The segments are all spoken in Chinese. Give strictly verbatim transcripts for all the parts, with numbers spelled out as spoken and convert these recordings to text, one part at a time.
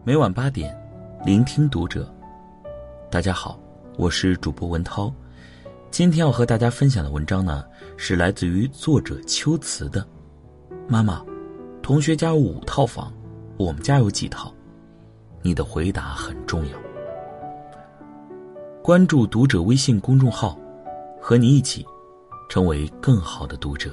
每晚八点，聆听读者。大家好，我是主播文涛。今天要和大家分享的文章呢，是来自于作者秋瓷的。妈妈，同学家有五套房，我们家有几套？你的回答很重要。关注读者微信公众号，和你一起成为更好的读者。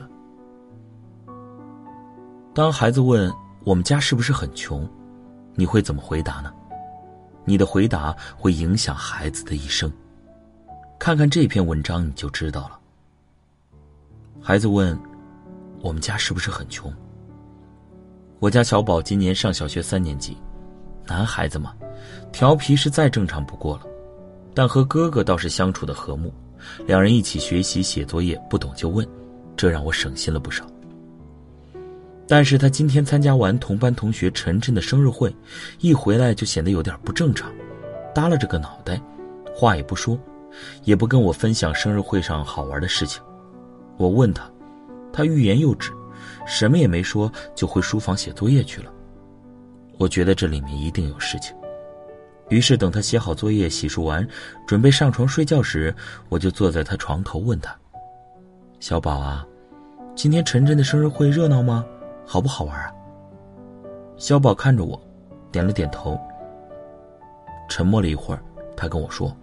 当孩子问我们家是不是很穷，你会怎么回答呢？你的回答会影响孩子的一生。看看这篇文章你就知道了。孩子问我们家是不是很穷？我家小宝今年上小学三年级，男孩子嘛，调皮是再正常不过了，但和哥哥倒是相处的和睦，两人一起学习写作业，不懂就问，这让我省心了不少。但是他今天参加完同班同学晨晨的生日会，一回来就显得有点不正常，耷拉着个脑袋，话也不说，也不跟我分享生日会上好玩的事情。我问他，他欲言又止，什么也没说，就回书房写作业去了。我觉得这里面一定有事情，于是等他写好作业，洗漱完，准备上床睡觉时，我就坐在他床头问他，小宝啊，今天晨晨的生日会热闹吗？好不好玩啊？小宝看着我，点了点头。沉默了一会儿，他跟我说，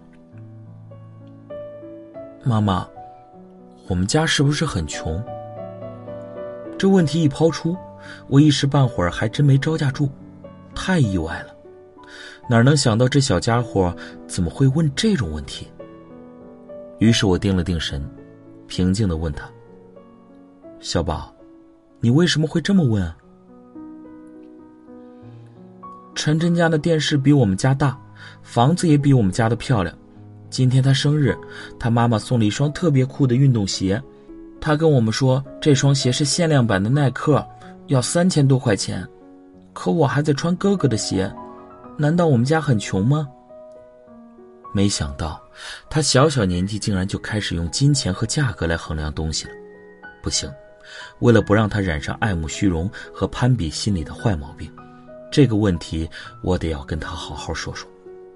妈妈，我们家是不是很穷？这问题一抛出，我一时半会儿还真没招架住，太意外了，哪能想到这小家伙怎么会问这种问题？于是我定了定神，平静地问他，小宝，你为什么会这么问啊？晨晨家的电视比我们家大，房子也比我们家的漂亮。今天他生日，他妈妈送了一双特别酷的运动鞋，他跟我们说这双鞋是限量版的耐克，要三千多块钱。可我还在穿哥哥的鞋，难道我们家很穷吗？没想到他小小年纪竟然就开始用金钱和价格来衡量东西了。不行，为了不让他染上爱慕虚荣和攀比心理的坏毛病，这个问题我得要跟他好好说说。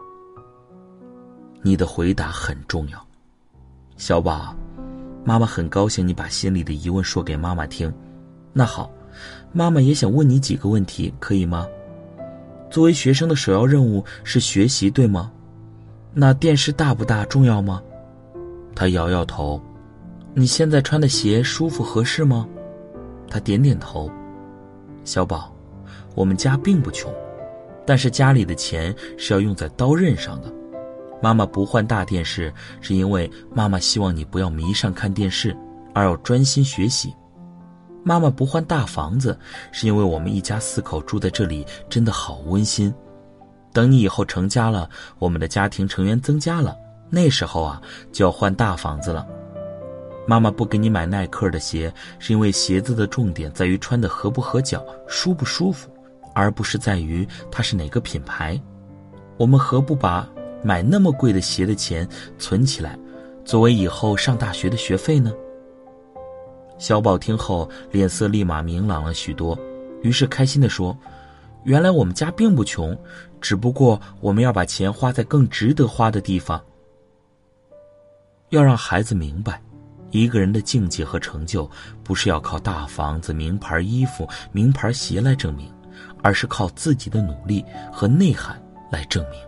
你的回答很重要，小宝，妈妈很高兴你把心里的疑问说给妈妈听。那好，妈妈也想问你几个问题，可以吗？作为学生的首要任务是学习，对吗？那电视大不大，重要吗？他摇摇头。你现在穿的鞋舒服合适吗？他点点头。小宝，我们家并不穷，但是家里的钱是要用在刀刃上的。妈妈不换大电视，是因为妈妈希望你不要迷上看电视，而要专心学习。妈妈不换大房子，是因为我们一家四口住在这里真的好温馨。等你以后成家了，我们的家庭成员增加了，那时候啊，就要换大房子了。妈妈不给你买耐克的鞋，是因为鞋子的重点在于穿得合不合脚，舒不舒服，而不是在于它是哪个品牌。我们何不把买那么贵的鞋的钱存起来，作为以后上大学的学费呢？小宝听后脸色立马明朗了许多，于是开心地说，原来我们家并不穷，只不过我们要把钱花在更值得花的地方。要让孩子明白，一个人的境界和成就不是要靠大房子、名牌衣服、名牌鞋来证明，而是靠自己的努力和内涵来证明。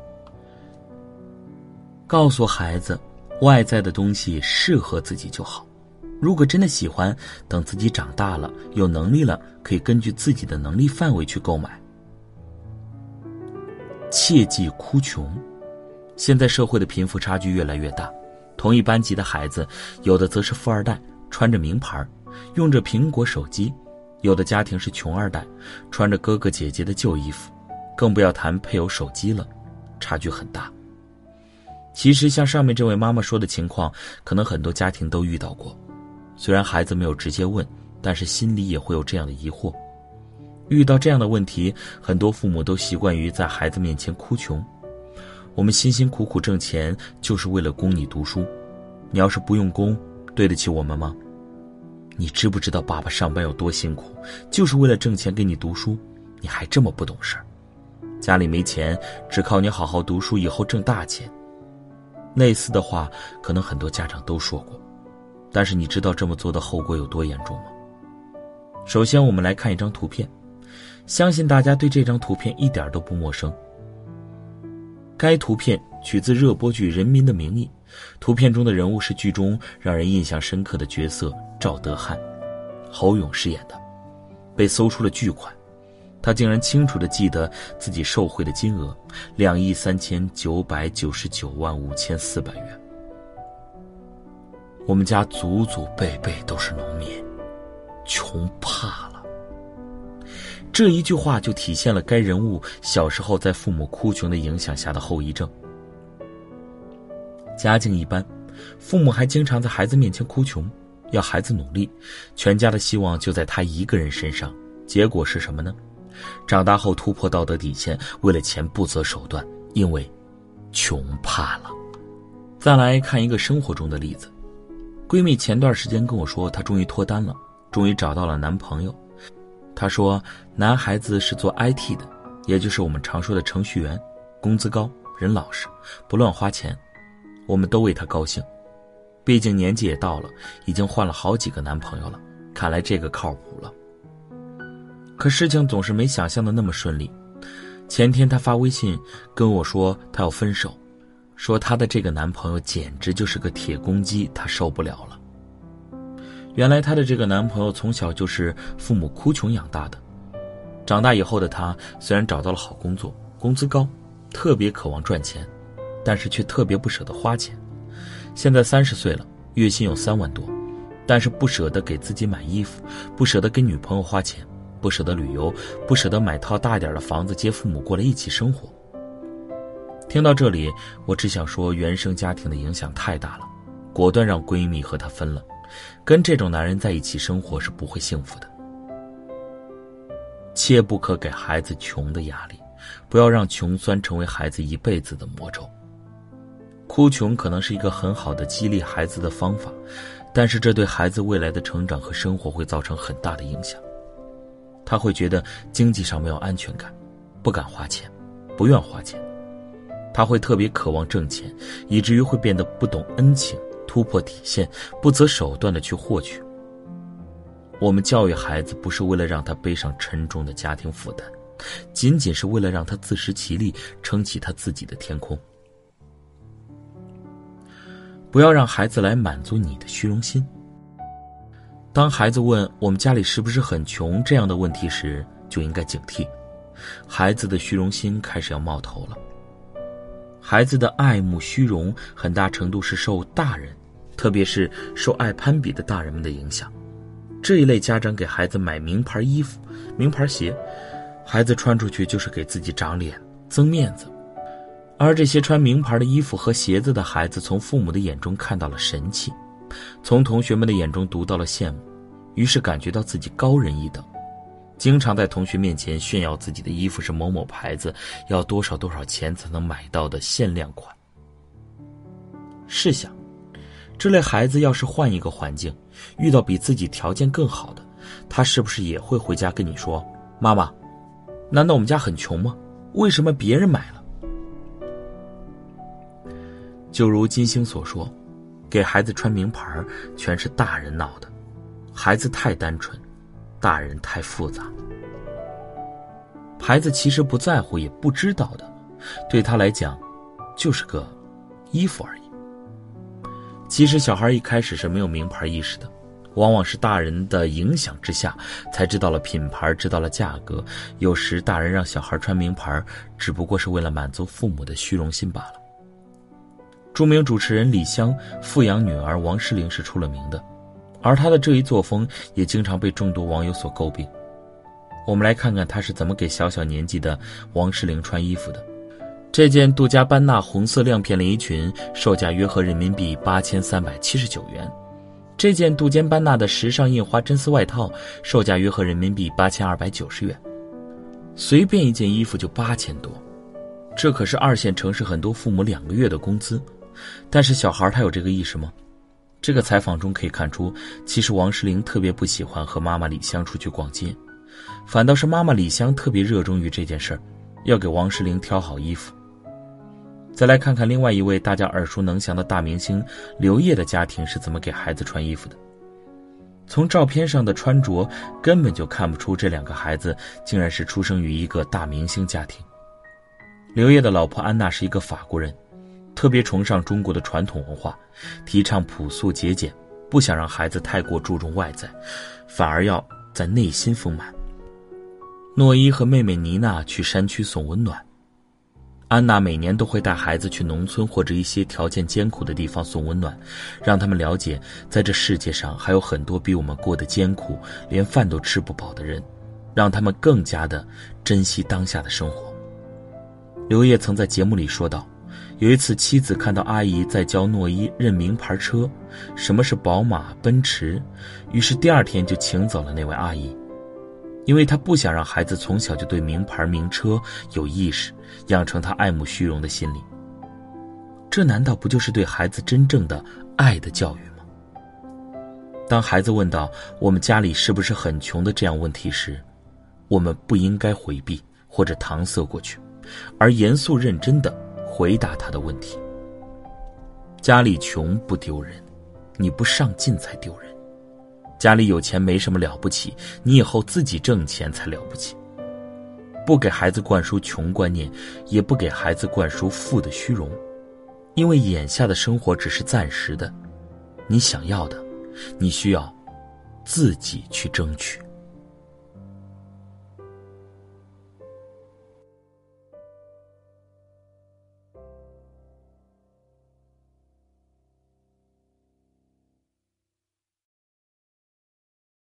告诉孩子，外在的东西适合自己就好，如果真的喜欢，等自己长大了有能力了，可以根据自己的能力范围去购买。切忌哭穷。现在社会的贫富差距越来越大，同一班级的孩子，有的则是富二代，穿着名牌，用着苹果手机；有的家庭是穷二代，穿着哥哥姐姐的旧衣服，更不要谈配有手机了，差距很大。其实像上面这位妈妈说的情况，可能很多家庭都遇到过。虽然孩子没有直接问，但是心里也会有这样的疑惑。遇到这样的问题，很多父母都习惯于在孩子面前哭穷。我们辛辛苦苦挣钱，就是为了供你读书，你要是不用功，对得起我们吗？你知不知道爸爸上班有多辛苦，就是为了挣钱给你读书，你还这么不懂事儿？ 家里没钱，只靠你好好读书，以后挣大钱。类似的话，可能很多家长都说过，但是你知道这么做的后果有多严重吗？首先，我们来看一张图片，相信大家对这张图片一点都不陌生。该图片取自热播剧《人民的名义》，图片中的人物是剧中让人印象深刻的角色赵德汉，侯勇饰演的，被搜出了巨款。他竟然清楚地记得自己受贿的金额两亿三千九百九十九万五千四百元。我们家祖祖辈辈都是农民，穷怕了。这一句话就体现了该人物小时候在父母哭穷的影响下的后遗症。家境一般，父母还经常在孩子面前哭穷，要孩子努力，全家的希望就在他一个人身上。结果是什么呢？长大后突破道德底线，为了钱不择手段，因为穷怕了。再来看一个生活中的例子，闺蜜前段时间跟我说，她终于脱单了，终于找到了男朋友。她说男孩子是做 I T 的，也就是我们常说的程序员，工资高，人老实，不乱花钱。我们都为她高兴，毕竟年纪也到了，已经换了好几个男朋友了，看来这个靠谱了。可事情总是没想象的那么顺利。前天她发微信跟我说她要分手，说她的这个男朋友简直就是个铁公鸡，她受不了了。原来她的这个男朋友从小就是父母哭穷养大的，长大以后的她虽然找到了好工作，工资高，特别渴望赚钱，但是却特别不舍得花钱。现在三十岁了，月薪有三万多，但是不舍得给自己买衣服，不舍得给女朋友花钱，不舍得旅游，不舍得买套大点的房子接父母过来一起生活。听到这里，我只想说原生家庭的影响太大了，果断让闺蜜和他分了。跟这种男人在一起生活是不会幸福的。切不可给孩子穷的压力，不要让穷酸成为孩子一辈子的魔咒。哭穷可能是一个很好的激励孩子的方法，但是这对孩子未来的成长和生活会造成很大的影响。他会觉得经济上没有安全感，不敢花钱，不愿花钱。他会特别渴望挣钱，以至于会变得不懂恩情，突破底线，不择手段地去获取。我们教育孩子不是为了让他背上沉重的家庭负担，仅仅是为了让他自食其力，撑起他自己的天空。不要让孩子来满足你的虚荣心。当孩子问我们家里是不是很穷这样的问题时，就应该警惕，孩子的虚荣心开始要冒头了。孩子的爱慕虚荣很大程度是受大人，特别是受爱攀比的大人们的影响。这一类家长给孩子买名牌衣服、名牌鞋，孩子穿出去就是给自己长脸、增面子。而这些穿名牌的衣服和鞋子的孩子，从父母的眼中看到了神气，从同学们的眼中读到了羡慕，于是感觉到自己高人一等，经常在同学面前炫耀自己的衣服是某某牌子，要多少多少钱才能买到的限量款。试想，这类孩子要是换一个环境，遇到比自己条件更好的，他是不是也会回家跟你说，妈妈，难道我们家很穷吗？为什么别人买了？就如金星所说，给孩子穿名牌全是大人闹的，孩子太单纯，大人太复杂。孩子其实不在乎也不知道的，对他来讲就是个衣服而已。其实小孩一开始是没有名牌意识的，往往是大人的影响之下才知道了品牌，知道了价格。有时大人让小孩穿名牌，只不过是为了满足父母的虚荣心罢了。著名主持人李湘富养女儿王诗龄是出了名的，而她的这一作风也经常被众多网友所诟病。我们来看看她是怎么给小小年纪的王诗龄穿衣服的。这件杜嘉班纳红色亮片连衣裙售价约合人民币八千三百七十九元，这件杜坚班纳的时尚印花真丝外套售价约合人民币八千二百九十元，随便一件衣服就八千多，这可是二线城市很多父母两个月的工资。但是小孩他有这个意识吗？这个采访中可以看出，其实王诗龄特别不喜欢和妈妈李湘出去逛街，反倒是妈妈李湘特别热衷于这件事儿， 要给王诗龄挑好衣服。再来看看另外一位大家耳熟能详的大明星刘烨的家庭是怎么给孩子穿衣服的。从照片上的穿着根本就看不出这两个孩子竟然是出生于一个大明星家庭。刘烨的老婆安娜是一个法国人，特别崇尚中国的传统文化，提倡朴素节俭，不想让孩子太过注重外在，反而要在内心丰满。诺伊和妹妹妮娜去山区送温暖，安娜每年都会带孩子去农村或者一些条件艰苦的地方送温暖，让他们了解在这世界上还有很多比我们过得艰苦连饭都吃不饱的人，让他们更加的珍惜当下的生活。刘烨曾在节目里说道，有一次妻子看到阿姨在教诺伊认名牌车，什么是宝马奔驰，于是第二天就请走了那位阿姨，因为他不想让孩子从小就对名牌名车有意识，养成他爱慕虚荣的心理。这难道不就是对孩子真正的爱的教育吗？当孩子问到我们家里是不是很穷的这样问题时，我们不应该回避或者搪塞过去，而严肃认真地回答他的问题。家里穷不丢人，你不上进才丢人。家里有钱没什么了不起，你以后自己挣钱才了不起。不给孩子灌输穷观念，也不给孩子灌输富的虚荣，因为眼下的生活只是暂时的，你想要的，你需要自己去争取。